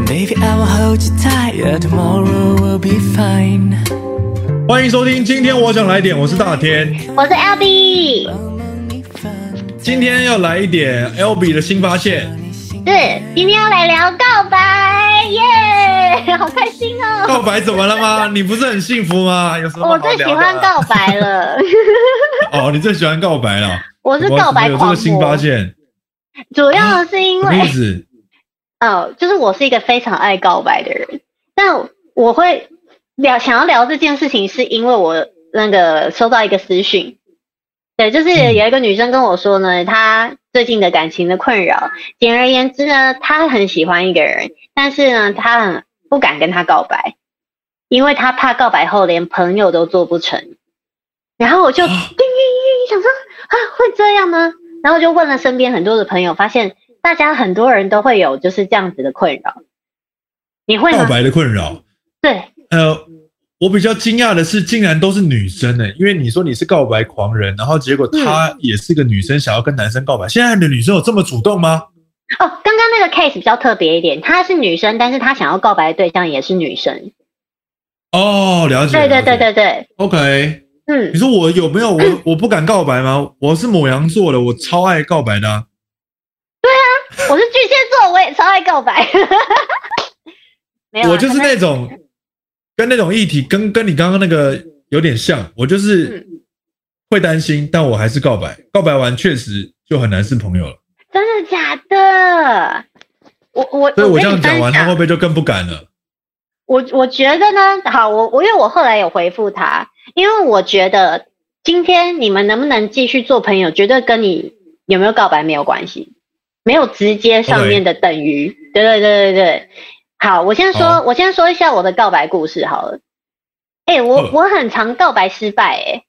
Maybe I will hold you tight, yeah, tomorrow will be fine. 欢迎收听，今天我想来点，我是大天， 我是 LB。 今天要来一点 LB 的新发现。 是，今天要来聊告白，耶，好开心哦！ 告白怎么了吗？你不是很幸福吗？有什么好聊的？ 我最喜欢告白了。 哦，你最喜欢告白了？ 我是告白狂魔。有这个新发现， 主要是因为， 什么意思？ 就是我是一个非常爱告白的人，但我会想要聊这件事情，是因为我那个收到一个私讯，对，就是有一个女生跟我说呢，她最近的感情的困扰，简而言之呢，她很喜欢一个人，但是呢，她很不敢跟他告白，因为她怕告白后连朋友都做不成。然后我就想说会这样吗？然后就问了身边很多的朋友，发现大家很多人都会有就是这样子的困扰。你会吗？ 告白的困扰？ 对。 我比较惊讶的是，竟然都是女生因为你说你是告白狂人，然后结果她也是个女生，想要跟男生告白。现在的女生有这么主动吗？ 刚刚那个 case 比较特别一点，她是女生，但是她想要告白的对象也是女生。 哦，了解。 对。 OK。你说我有没有我不敢告白吗？我是牡羊座的，我超爱告白的。对啊，我是巨蟹座，我也超爱告白。没有， 我就是那种跟那种议题跟你刚刚那个有点像，我就是会担心，但我还是告白。告白完确实就很难是朋友了。 真的假的？ 所以我这样讲完，他会不会就更不敢了？ 我觉得呢，好，因为我后来有回复他，因为我觉得今天你们能不能继续做朋友，绝对跟你有没有告白没有关系，没有直接上面的等于。对。好，我先说一下我的告白故事好了。我很常告白失败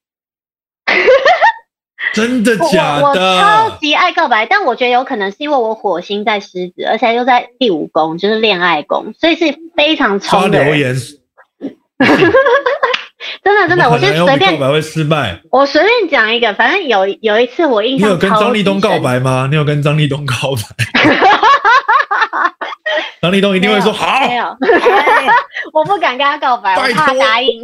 真的假的？ 我超级爱告白，但我觉得有可能是因为我火星在狮子，而且又在第5宫，就是恋爱宫，所以是非常冲的人。 刷留言。 真的，我先随便。 告白会失败。我随便讲一个，反正有一次我印象超级深。 你有跟张立东告白吗？你有跟张立东告白？张立东一定会说好。 没有，我不敢跟他告白，我怕他答应。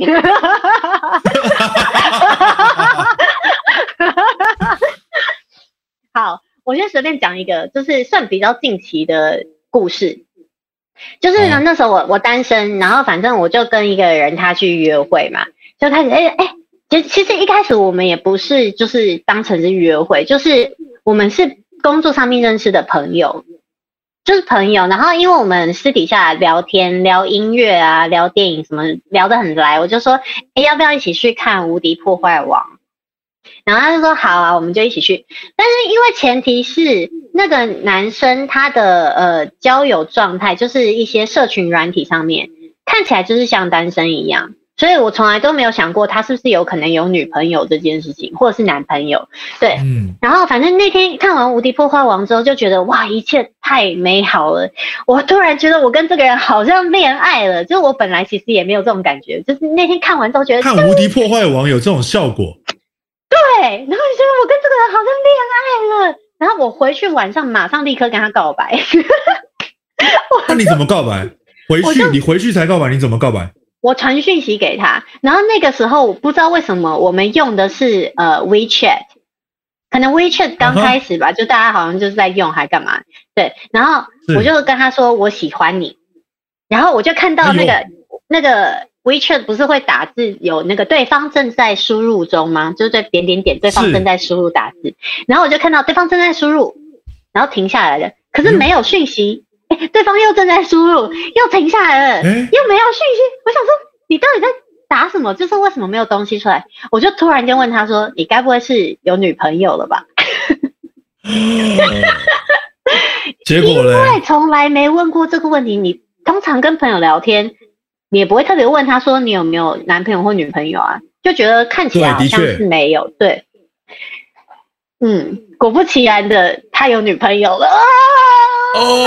好，我先随便讲一个，就是算比较近期的故事。就是呢，那时候我单身，然后反正我就跟一个人他去约会嘛，就开始其实一开始我们也不是就是当成是约会，就是我们是工作上面认识的朋友，就是朋友。然后因为我们私底下聊天、聊音乐啊、聊电影什么聊得很来，我就说要不要一起去看《无敌破坏王》？然后他就说好啊，我们就一起去。但是因为前提是那个男生他的交友状态，就是一些社群软体上面看起来就是像单身一样，所以我从来都没有想过他是不是有可能有女朋友这件事情，或者是男朋友。对，然后反正那天看完《无敌破坏王》之后，就觉得哇，一切太美好了。我突然觉得我跟这个人好像恋爱了，就是我本来其实也没有这种感觉，就是那天看完之后觉得看《无敌破坏王》有这种效果。 对，然后就觉得我跟这个人好像恋爱了，然后我回去晚上马上立刻跟他告白。 那你怎么告白？你回去才告白，你怎么告白？ 我传讯息给他，然后那个时候我不知道为什么我们用的是WeChat， 可能 WeChat 刚开始吧，就大家好像就是在用还干嘛？对，然后我就跟他说我喜欢你，然后我就看到那个。WeChat 不是会打字有那个对方正在输入中吗？就是对点点点，对方正在输入打字，然后我就看到对方正在输入，然后停下来了，可是没有讯息，对方又正在输入，又停下来了，又没有讯息，我想说你到底在打什么？就是为什么没有东西出来？我就突然间问他说：“你该不会是有女朋友了吧？” 结果呢？ 因为从来没问过这个问题，你通常跟朋友聊天。你也不会特别问他说你有没有男朋友或女朋友啊，就觉得看起来好像是没有。对，果不其然的，他有女朋友了。 Oh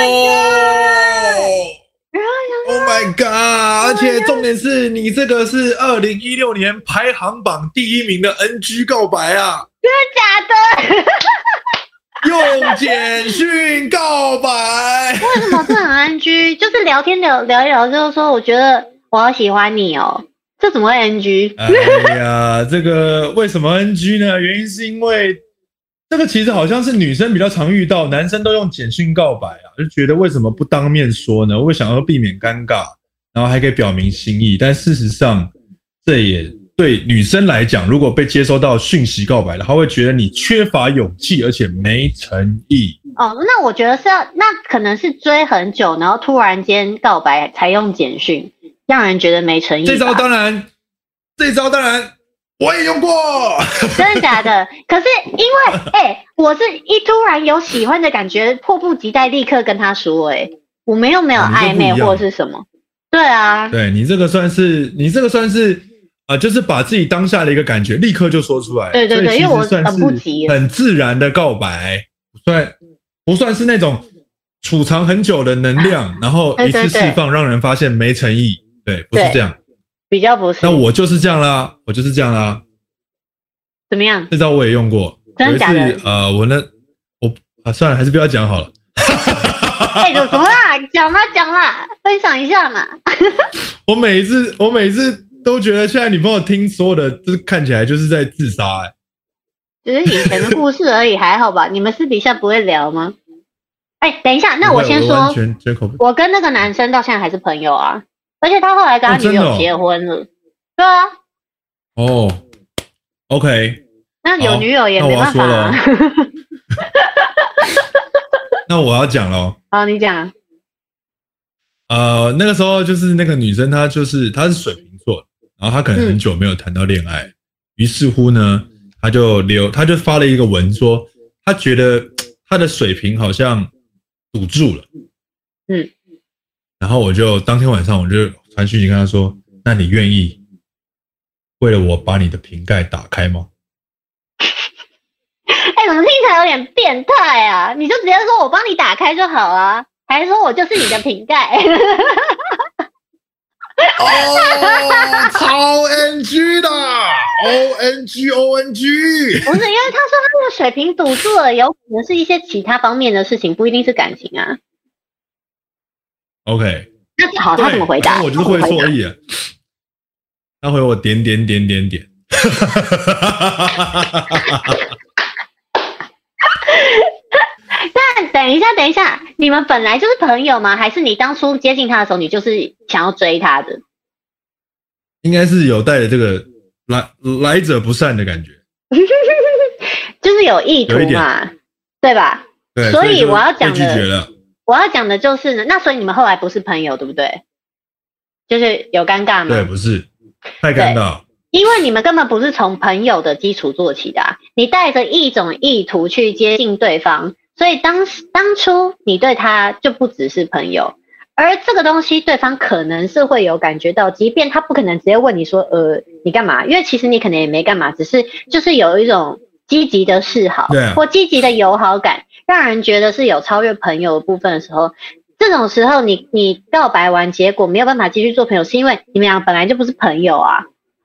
my god！ 而且重点是你这个是2016年排行榜第1名的 NG 告白啊！ 真的假的？ 用简讯告白。 为什么这很 NG？ 就是聊天聊一聊，就是说我觉得我好喜欢你哦，这怎么会 NG？ 哎呀，这个为什么 NG 呢？原因是因为这个其实好像是女生比较常遇到，男生都用简讯告白啊，就觉得为什么不当面说呢？我想要避免尴尬，然后还可以表明心意。但事实上，这也对女生来讲，如果被接收到讯息告白了，她会觉得你缺乏勇气，而且没诚意。 哦，那我觉得是要，那可能是追很久，然后突然间告白才用简讯，让人觉得没诚意吧。 这招当然我也用过。 真的假的？可是因为我是一突然有喜欢的感觉，迫不及待立刻跟他说，我们又没有暧昧或是什么。对啊， 对你这个算是就是把自己当下的一个感觉立刻就说出来。 对对对，因为我等不及， 很自然的告白，不算是那种储藏很久的能量，然后一次释放让人发现没诚意。对，不是这样。 比较不是。 那我就是这样啦。 怎么样？ 这招我也用过。 真的假的？ 算了，还是不要讲好了。 怎么啦？讲啦，分享一下嘛。 我每次都觉得现在女朋友听所有的，就是看起来就是在自杀。 只是以前的故事而已，还好吧？你们私底下不会聊吗？等一下，那我先说，我跟那个男生到现在还是朋友啊，而且他后来跟他女友结婚了。对啊。 哦 ，OK。 那有女友也没办法啊。 那我要讲咯。 好，你讲。 那个时候就是那个女生，她是水瓶座，然后她可能很久没有谈到恋爱，于是乎呢，她就发了一个文说，她觉得她的水瓶好像堵住了。然后当天晚上我就传讯息跟她说，那你愿意为了我把你的瓶盖打开吗？ 怎么听起来有点变态啊？你就直接说我帮你打开就好啊，还是说我就是你的瓶盖？ 超 NG 的 ONG。 不是，因为他说他的水瓶堵住了，有可能是一些其他方面的事情，不一定是感情啊。 OK。 那好，他怎么回答？ 我就是会错而已啊。他回我点。 但等一下，你们本来就是朋友吗？还是你当初接近他的时候，你就是想要追他的？ 应该是有带着这个来者不善的感觉， 就是有意图嘛，对吧？ 对， 所以我要讲的就是呢，那所以你们后来不是朋友，对不对？就是有尴尬吗？ 对，不是，太尴尬。 因为你们根本不是从朋友的基础做起的你带着一种意图去接近对方，所以当初你对他就不只是朋友，而这个东西对方可能是会有感觉到，即便他不可能直接问你说你干嘛，因为其实你可能也没干嘛，只是就是有一种积极的示好，或积极的友好感，让人觉得是有超越朋友的部分的时候，这种时候你告白完结果没有办法继续做朋友，是因为你们俩本来就不是朋友啊。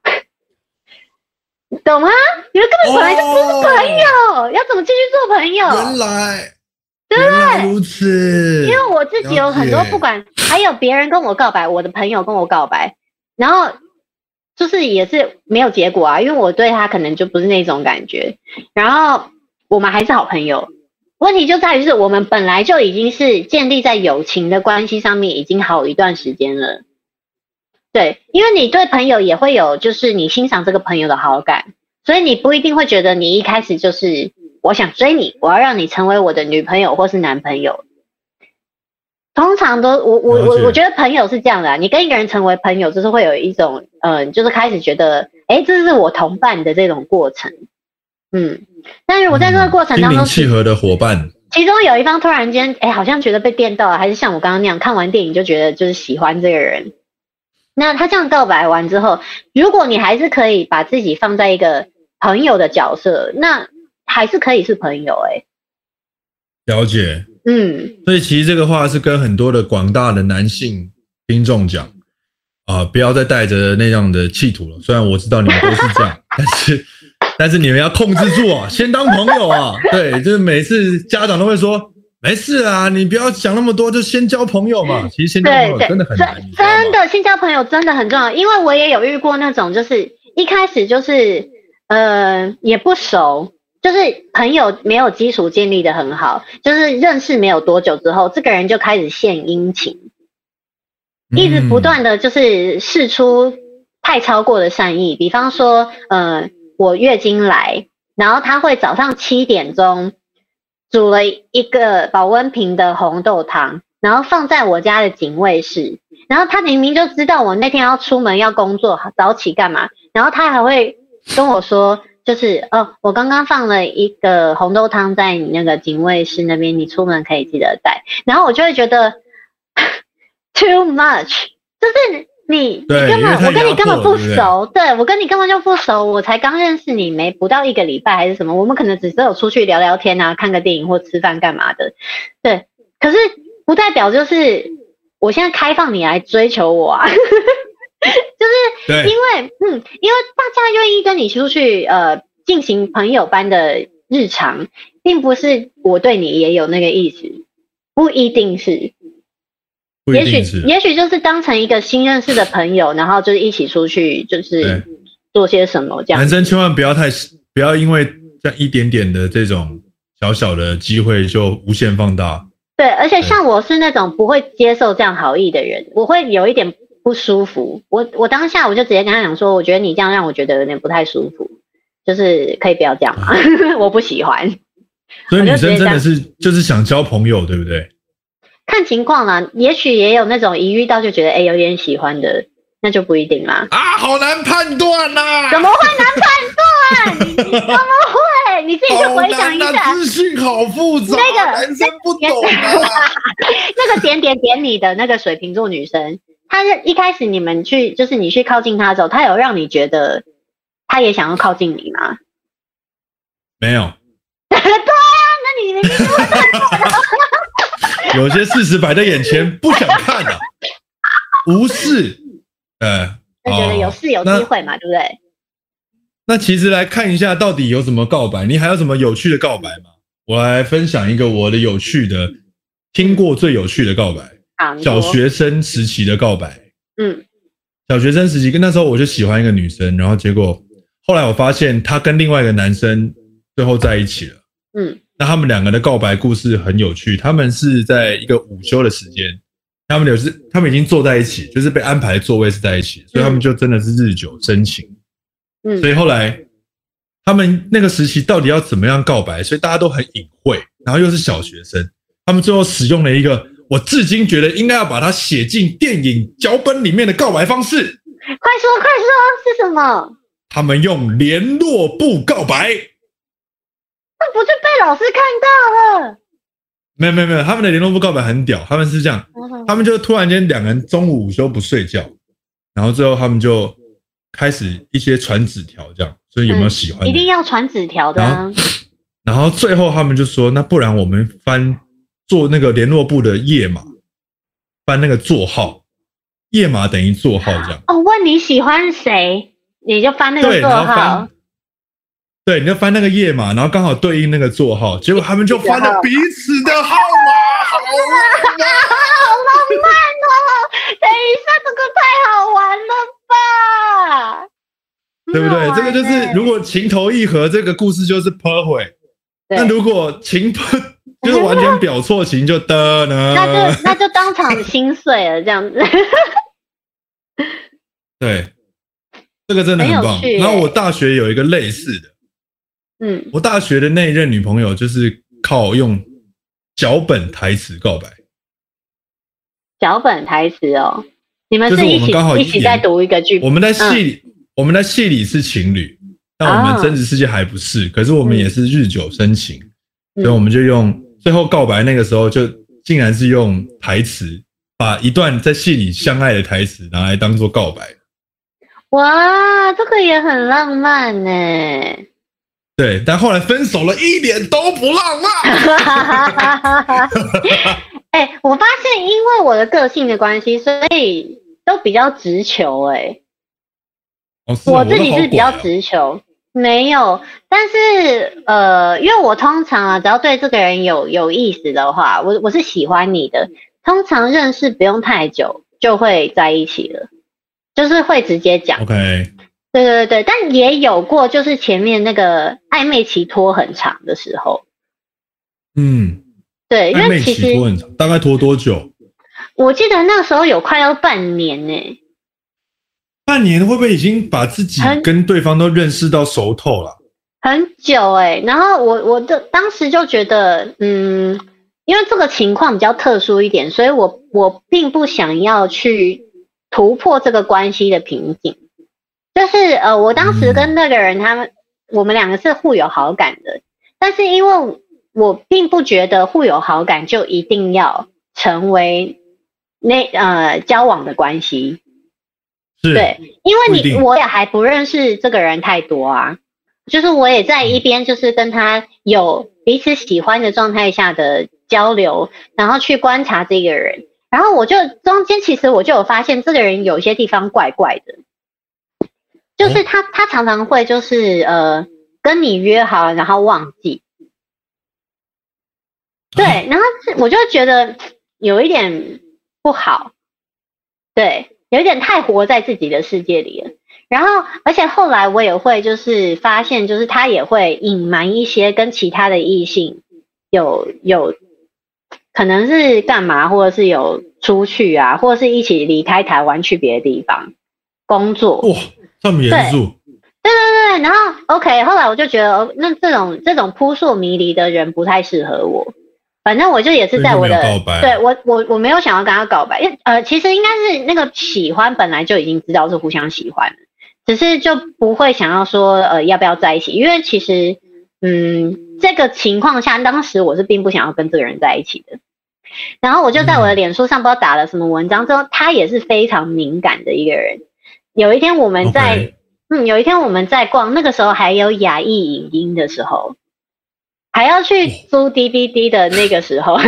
懂吗？你们根本本来就不是朋友，要怎么继续做朋友？ 原来如此。 因为我自己有很多，不管还有别人跟我告白，我的朋友跟我告白，然后就是也是没有结果啊，因为我对他可能就不是那种感觉，然后我们还是好朋友。问题就在于是我们本来就已经是建立在友情的关系上面，已经好一段时间了。对，因为你对朋友也会有，就是你欣赏这个朋友的好感，所以你不一定会觉得你一开始就是我想追你，我要让你成为我的女朋友或是男朋友。通常都我觉得朋友是这样的你跟一个人成为朋友，就是会有一种就是开始觉得这是我同伴的这种过程。但是我在这个过程当中， 心灵契合的伙伴， 其中有一方突然间好像觉得被电到了，还是像我刚刚那样看完电影就觉得就是喜欢这个人。那他这样告白完之后，如果你还是可以把自己放在一个朋友的角色，那还是可以是朋友了解。所以其实这个话是跟很多的广大的男性听众讲不要再带着那样的企图了。虽然我知道你们都是这样，但是但是你们要控制住啊，先当朋友啊。对，就是每次家长都会说，没事啊，你不要想那么多，就先交朋友嘛。其实先交朋友真的很难， 真的先交朋友真的很重要。因为我也有遇过那种，就是一开始就是也不熟，就是朋友没有基础建立的很好，就是认识没有多久之后，这个人就开始献殷勤，一直不断的就是释出太超过的善意。比方说我月经来，然后他会早上7点钟煮了一个保温瓶的红豆汤，然后放在我家的警卫室，然后他明明就知道我那天要出门要工作早起干嘛，然后他还会跟我说，就是我刚刚放了一个红豆汤在你那个警卫室那边，你出门可以记得带。然后我就会觉得too much， 就是你根本我跟你根本不熟，对，我跟你根本就不熟，我才刚认识你不到1个礼拜还是什么，我们可能只是有出去聊聊天啊，看个电影或吃饭干嘛的，对。可是不代表就是我现在开放你来追求我啊。就是因为大家愿意跟你出去进行朋友般的日常，并不是我对你也有那个意思，不一定是，也许就是当成一个新认识的朋友，然后就是一起出去就是做些什么这样。 男生千万不要因为这样一点点的这种小小的机会就无限放大。 对，而且像我是那种不会接受这样好意的人，我会有一点不舒服。我当下我就直接跟他讲说，我觉得你这样让我觉得有点不太舒服，就是可以不要这样吗？我不喜欢。 所以女生真的是就是想交朋友，对不对？ 看情况啦，也许也有那种一遇到就觉得有点喜欢的，那就不一定啦。 啊，好难判断啊！ 怎么会难判断？你怎么会？你自己去回想一下。 资讯好复杂，男生不懂啊。 那个点你的那个水瓶座女生，她一开始你们去就是你去靠近她的时候，她有让你觉得她也想要靠近你吗？ 没有。 对啊，那你明明就会有些事实摆在眼前，不想看啊，无视， 就觉得有事有机会嘛，对不对？ 那其实来看一下，到底有什么告白？你还有什么有趣的告白吗？我来分享一个我的有趣的，听过最有趣的告白。小学生时期的告白。小学生时期，跟那时候我就喜欢一个女生，然后结果后来我发现她跟另外一个男生最后在一起了。那他们两个的告白故事很有趣，他们是在一个午休的时间，他们已经坐在一起，就是被安排的座位是在一起，所以他们就真的是日久生情。所以后来他们那个时期到底要怎么样告白，所以大家都很隐晦，然后又是小学生，他们最后使用了一个我至今觉得应该要把它写进电影脚本里面的告白方式。 快说是什么？ 他们用联络簿告白。 那不是被老师看到了？ 没有，他们的联络簿告白很屌，他们是这样，他们就突然间两个人中午午休不睡觉，然后最后他们就开始一些传纸条，这样，所以有没有喜欢的？ 一定要传纸条的啊。 然后最后他们就说，那不然我们做那个联络簿的页码，翻那个座号，页码等于座号这样。 问你喜欢谁，你就翻那个座号。 对，你就翻那个页码，然后刚好对应那个座号，结果他们就翻了彼此的号码，好浪漫哦！等一下，这个太好玩了吧？ 对不对？这个就是如果情投意合，这个故事就是 perfect。那如果情就是完全表错情，就的呢？ 那就当场心碎了，这样子。 对，这个真的很棒。然后我大学有一个类似的。我大学的那一任女朋友就是靠用脚本台词告白。脚本台词哦，你们是一起在读一个剧本。我们在戏里是情侣，但我们真实世界还不是。可是我们也是日久生情，所以我们就用最后告白那个时候就竟然是用台词，把一段在戏里相爱的台词拿来当做告白。哇，这个也很浪漫耶。对，但后来分手了，一点都不浪漫。我发现因为我的个性的关系，所以都比较直球。我自己是比较直球， 没有，但是因为我通常啊，只要对这个人有意思的话，我是喜欢你的，通常认识不用太久就会在一起了，就是会直接讲。 OK， 对对对，但也有过就是前面那个暧昧期拖很长的时候。对，因暧昧为其实期拖很长，大概拖多久？ 我记得那时候有快要半年呢。 半年会不会已经把自己跟对方都认识到熟透了？ 很久然后我当时就觉得，因为这个情况比较特殊一点，所以我并不想要去突破这个关系的瓶颈。就是我当时跟那个人我们两个是互有好感的，但是因为我并不觉得互有好感就一定要成为交往的关系。对，因为我也还不认识这个人太多啊，就是我也在一边就是跟他有彼此喜欢的状态下的交流，然后去观察这个人，然后我就中间其实我就有发现这个人有些地方怪怪的，就是他常常会就是跟你约好然后忘记，对，然后我就觉得有一点不好，对。有一点太活在自己的世界里了，然后而且后来我也会就是发现，就是他也会隐瞒一些跟其他的异性有可能是干嘛，或者是有出去啊，或者是一起离开台湾去别的地方工作。 哇，这么严肃？ 对，然后 OK， 后来我就觉得那这种扑朔迷离的人不太适合我。反正我就也是在我的对我没有想要跟他告白，其实应该是那个喜欢本来就已经知道是互相喜欢了，只是就不会想要说要不要在一起，因为其实这个情况下，当时我是并不想要跟这个人在一起的。然后我就在我的脸书上不知道打了什么文章之后，他也是非常敏感的一个人。有一天我们在逛，那个时候还有亚艺影音的时候。还要去租 DVD 的那个时候，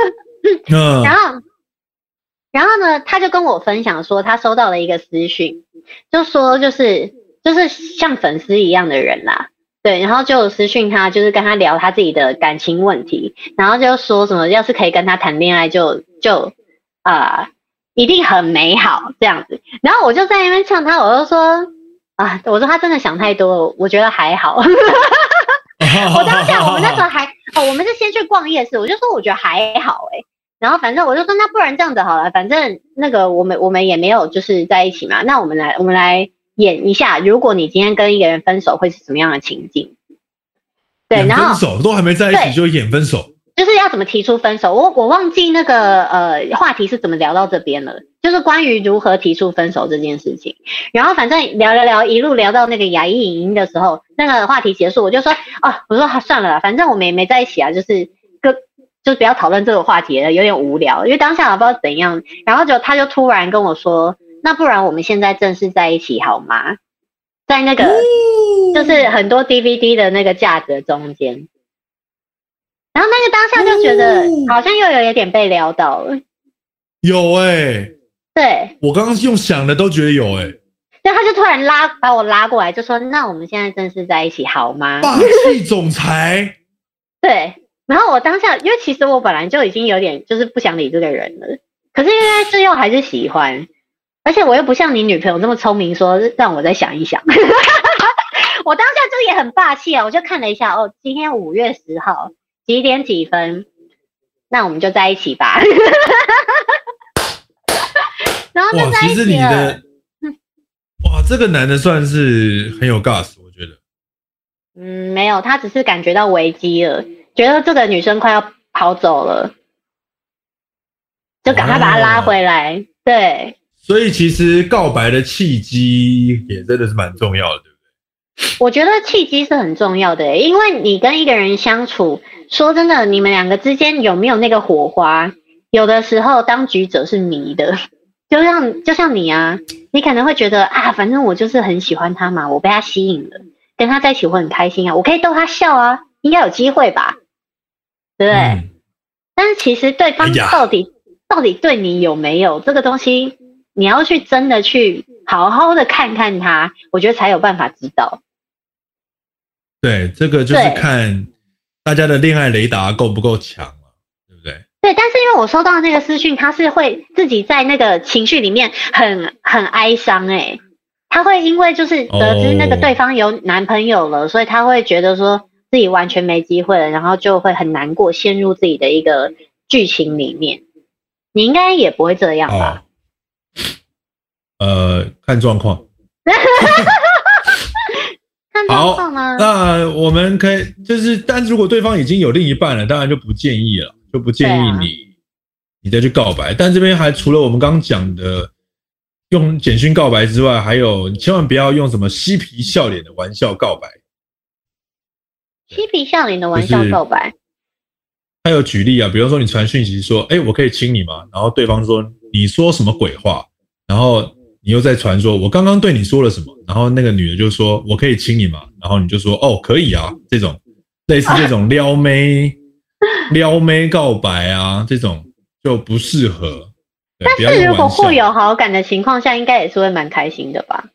然后呢，他就跟我分享说，他收到了一个私讯，就说就是像粉丝一样的人啦，对，然后就私讯他，就是跟他聊他自己的感情问题，然后就说什么要是可以跟他谈恋爱就一定很美好这样子，然后我就在那边呛他，我就说我说他真的想太多了，我觉得还好。我当下我们那时候我们是先去逛夜市，我就说我觉得还好然后反正我就说那不然这样子好了，反正那个我们也没有就是在一起嘛，那我们来演一下，如果你今天跟一个人分手会是什么样的情境？对，然后分手都还没在一起就演分手， 就是要怎么提出分手？我忘记那个话题是怎么聊到这边了，就是关于如何提出分手这件事情。然后反正聊一路聊到那个亚艺影音的时候，那个话题结束，我就说我说算了啦，反正我们也没在一起啊，就不要讨论这个话题了，有点无聊。因为当下我不知道怎样，然后他就突然跟我说，那不然我们现在正式在一起好吗？在那个就是很多 DVD 的那个架子的中间。然后那个当下就觉得好像又有一点被撩到了， 有对， 我刚刚用想的都觉得有对，他就突然把我拉过来，就说那我们现在正式在一起好吗？ 霸气总裁。 对，然后我当下因为其实我本来就已经有点就是不想理这个人了，可是因为是又还是喜欢，而且我又不像你女朋友那么聪明说让我再想一想。我当下就也很霸气啊，我就看了一下今天5月10号几点几分，那我们就在一起吧。然后就在一起了。 哇，这个男的算是很有 gas， 我觉得。 没有，他只是感觉到危机了，觉得这个女生快要跑走了，就赶快把她拉回来。对。 所以其实告白的契机也真的是蛮重要的，对不对？ 我觉得契机是很重要的，因为你跟一个人相处，说真的，你们两个之间有没有那个火花，有的时候当局者是迷的。就像你啊，你可能会觉得反正我就是很喜欢他嘛，我被他吸引了，跟他在一起会很开心啊，我可以逗他笑啊，应该有机会吧，对不对？但是其实对方到底对你有没有这个东西，你要去真的去好好的看看他，我觉得才有办法知道。 对，这个就是看大家的恋爱雷达够不够强嘛，对不对？ 对，但是因为我收到的那个私讯，他是会自己在那个情绪里面很哀伤他会因为就是得知那个对方有男朋友了，所以他会觉得说自己完全没机会了，然后就会很难过，陷入自己的一个剧情里面。你应该也不会这样吧？ 看状况。 看状况吗？ 那我们可以就是，但如果对方已经有另一半了，当然就不建议了，就不建议你再去告白。但这边还除了我们刚刚讲的用简讯告白之外，还有你千万不要用什么嬉皮笑脸的玩笑告白。 嬉皮笑脸的玩笑告白， 他有举例啊，比如说你传讯息说，我可以亲你吗？然后对方说你说什么鬼话，然后你又再传说我刚刚对你说了什么，然后那个女的就说我可以亲你吗？然后你就说可以啊，这种类似这种撩妹告白啊，这种就不适合。 但是如果互有好感的情况下，应该也是会蛮开心的吧？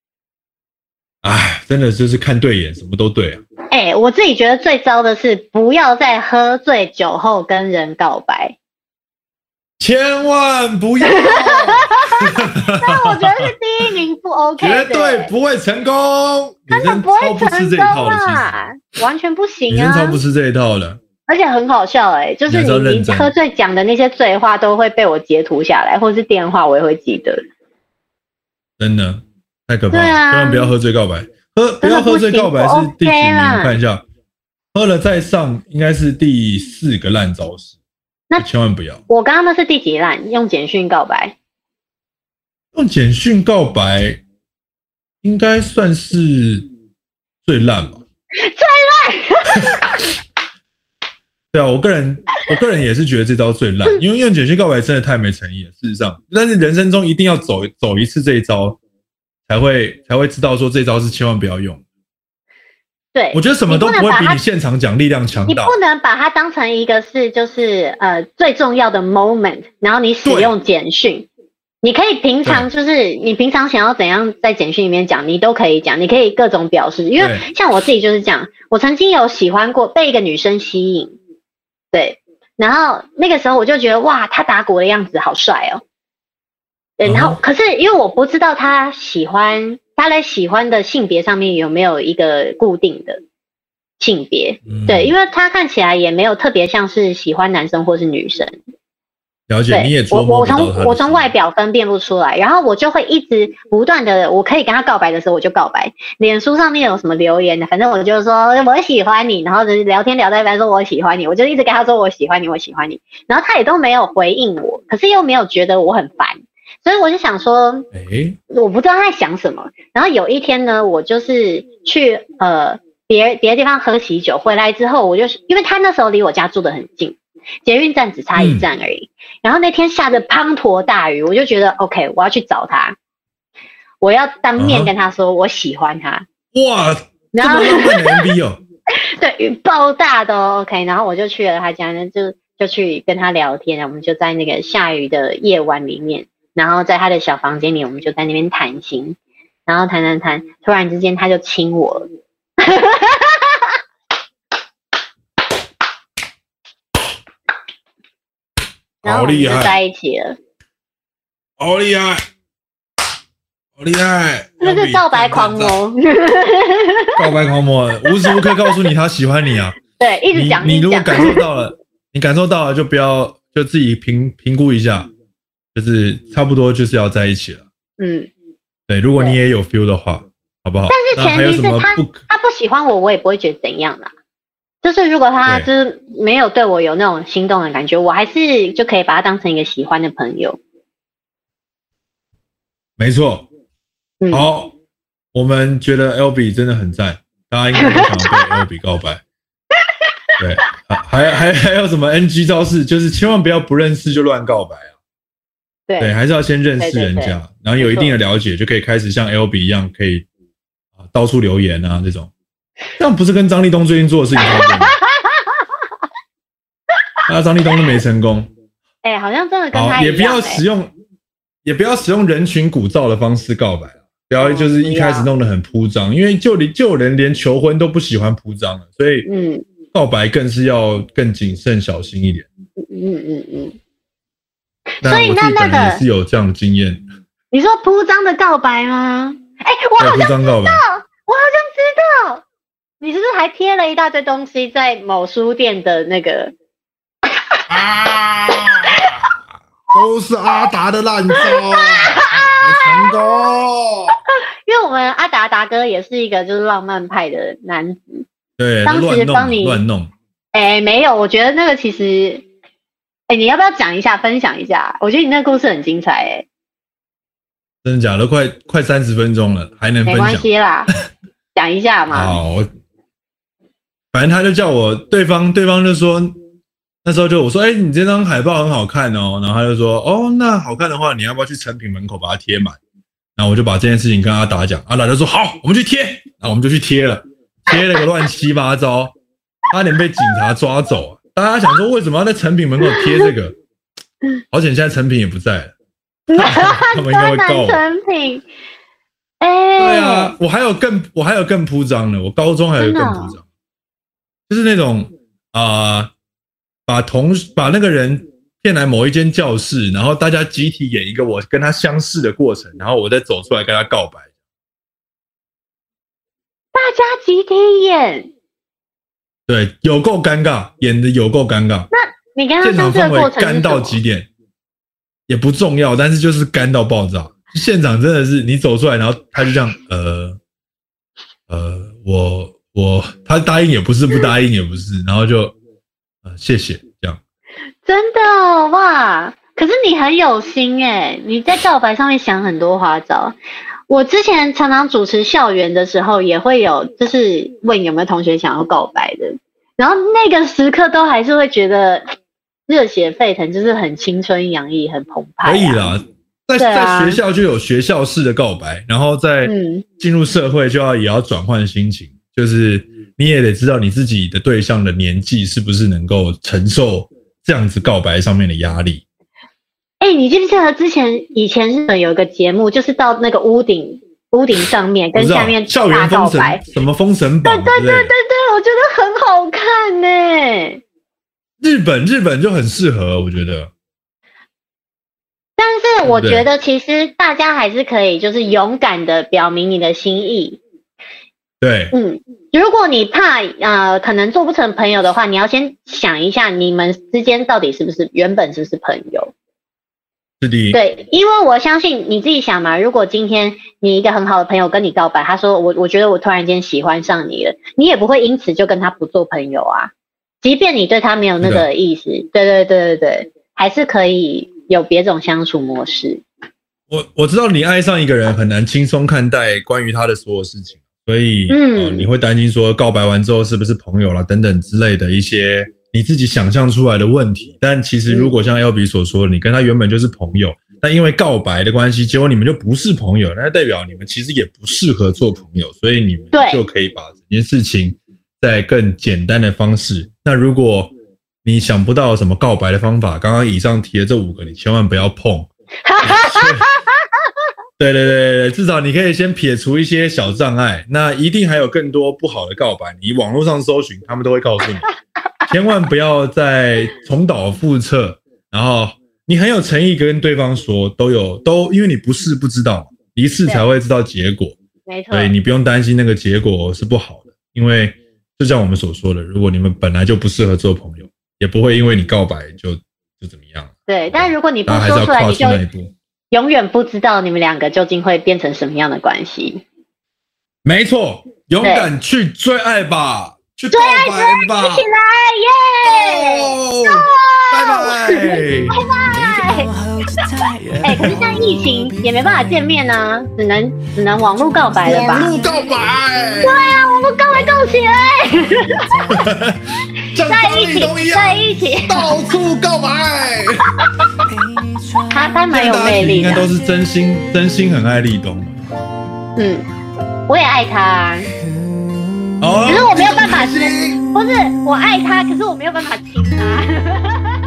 真的就是看对眼，什么都对啊。 我自己觉得最糟的是不要在喝醉酒后跟人告白， 千万不要。 但我觉得是第一名不 OK 的， 绝对不会成功， 真的不会成功啊，完全不行啊， 女生超不吃这一套的。 而且很好笑就是你喝醉讲的那些醉话都会被我截图下来，或是电话我也会记得。 真的太可怕了， 对啊， 千万不要喝醉告白。不要喝醉告白是第几名？我看一下，喝了再上应该是第4个烂招式。那千万不要。 我刚刚那是第几烂？用简讯告白。 用简讯告白应该算是最烂吧？ 最烂。 对啊，我个人也是觉得这招最烂，因为用简讯告白真的太没诚意了。事实上，但是人生中一定要走一次这一招，才会知道说这招是千万不要用。 对， 我觉得什么都不会比你现场讲力量强大。 你不能把它当成一个就是最重要的 moment， 然后你使用简讯。你可以平常就是你平常想要怎样在简讯里面讲，你都可以讲，你可以各种表示。因为像我自己就是这样，我曾经有喜欢过被一个女生吸引，对，然后那个时候我就觉得哇，她打鼓的样子好帅哦。对，然后可是因为我不知道他在喜欢的性别上面有没有一个固定的性别，对，因为他看起来也没有特别像是喜欢男生或是女生。 了解，你也琢磨不到我从外表分辨不出来，然后我就会一直不断的，我可以跟他告白的时候我就告白，脸书上面有什么留言的，反正我就说我喜欢你，然后就是聊天聊到一半说我喜欢你，我就一直跟他说我喜欢你，我喜欢你，然后他也都没有回应我，可是又没有觉得我很烦。所以我就想说，我不知道他在想什么。然后有一天呢，我就是去别的地方喝喜酒，回来之后，我就是因为他那时候离我家住得很近，捷运站只差1站而已。然后那天下着滂沱大雨，我就觉得 OK， 我要去找他，我要当面跟他说我喜欢他。 哇， 然后这么浪漫的 MV 哦， 对，雨爆大的OK， 然后我就去了他家，就去跟他聊天，我们就在那个下雨的夜晚里面。然后在他的小房间里，我们就在那边谈心，然后谈，突然之间他就亲我了，然后我们就在一起了， 好厉害，好厉害！ 这是告白狂魔， 告白狂魔，无时无刻告诉你他喜欢你啊！ 对，一直讲。 你如果感受到了，就不要就自己评估一下。就是差不多就是要在一起了，对，如果你也有 feel 的话，好不好？ 但是前提是他不喜欢我，我也不会觉得怎样啦。就是如果他就是没有对我有那种心动的感觉，我还是就可以把他当成一个喜欢的朋友。 没错，好，我们觉得 Albee 真的很赞，大家应该都想要被 Albee 告白。对，还有什么 NG 招式？就是千万不要不认识就乱告白啊。对，还是要先认识人家，然后有一定的了解，就可以开始像 Albee 一样，可以到处留言啊这种。这样不是跟张立东最近做的事情差不多吗？张立东都没成功。 好像真的跟他一样。 也不要使用人群鼓噪的方式告白， 不要就是一开始弄得很铺张，因为就有人连求婚都不喜欢铺张了，所以告白更是要更谨慎小心一点。 所以那个也是有这样的经验。 你说铺张的告白吗？我好像知道，你是不是还贴了一大堆东西在某书店的那个？ 都是阿达的烂招，成功。 因为我们阿达哥也是一个就是浪漫派的男子， 对， 当时帮你乱弄。 没有，我觉得那个其实，你要不要讲一下，分享一下？我觉得你那个故事很精彩， 真的假的？快30分钟了，还能分享？ 没关系啦，讲一下嘛。 好，反正他就叫我，对方就说，那时候就我说，你这张海报很好看哦，然后他就说，那好看的话，你要不要去成品门口把它贴满？然后我就把这件事情跟阿达讲，阿达就说好，我们去贴，然后我们就去贴了个乱七八糟，差点被警察抓走啊！大家想说为什么要在成品门口贴这个？好险现在成品也不在了，他们应该会告我。 成品， 对啊，我还有更铺张的，我高中还有更铺张，就是那种把那个人骗来某一间教室，然后大家集体演一个我跟他相识的过程，然后我再走出来跟他告白。 大家集体演， 对，有够尴尬，演的有够尴尬。 那你跟他相识的过程是什么？ 干到极点也不重要，但是就是干到爆炸。现场真的是你走出来，然后他就这样，他答应也不是，不答应也不是，然后就谢谢这样。 真的哇！可是你很有心你在告白上面想很多花招。我之前常常主持校园的时候，也会有就是问有没有同学想要告白的，然后那个时刻都还是会觉得热血沸腾，就是很青春洋溢，很澎湃。 可以啦，在学校就有学校式的告白，然后在进入社会也要转换心情，就是你也得知道你自己的对象的年纪是不是能够承受这样子告白上面的压力。 你记不记得以前日本有一个节目，就是到那个屋顶上面跟下面校园告白，什么封神榜？ 对，我觉得很好看日本就很适合，我觉得。 但是我觉得其实大家还是可以就是勇敢的表明你的心意。 对， 如果你怕可能做不成朋友的话，你要先想一下你们之间到底原本是不是朋友。 是的， 对，因为我相信你自己想嘛，如果今天你一个很好的朋友跟你告白，他说我觉得我突然间喜欢上你了，你也不会因此就跟他不做朋友啊，即便你对他没有那个意思，对，还是可以有别种相处模式。 我知道你爱上一个人很难轻松看待关于他的所有事情，所以你会担心说告白完之后是不是朋友啦等等之类的一些你自己想象出来的问题。但其实如果像 L B 所说的，你跟他原本就是朋友，但因为告白的关系，结果你们就不是朋友，那代表你们其实也不适合做朋友，所以你们就可以把这件事情在更简单的方式。那如果你想不到什么告白的方法，刚刚以上提的这5个你千万不要碰。对，至少你可以先撇除一些小障碍，那一定还有更多不好的告白，你网络上搜寻他们都会告诉你。千万不要再重蹈覆辙，然后你很有诚意跟对方说，都因为你不试不知道，一试才会知道结果。 没错， 所以你不用担心那个结果是不好的，因为就像我们所说的，如果你们本来就不适合做朋友，也不会因为你告白就怎么样。 对，但如果你不说出来，你就永远不知道你们两个究竟会变成什么样的关系。 没错，勇敢去追爱吧。去告白吧， 一起来耶！拜拜。可是像疫情也没办法见面啊，只能网络告白了吧？ 网络告白。 对啊，网络告白告起来。在一起， 到处告白。 他蛮有魅力的， 应该都是真心很爱立冬。 我也爱他。可是我没有办法不是我爱他，可是我没有办法亲他。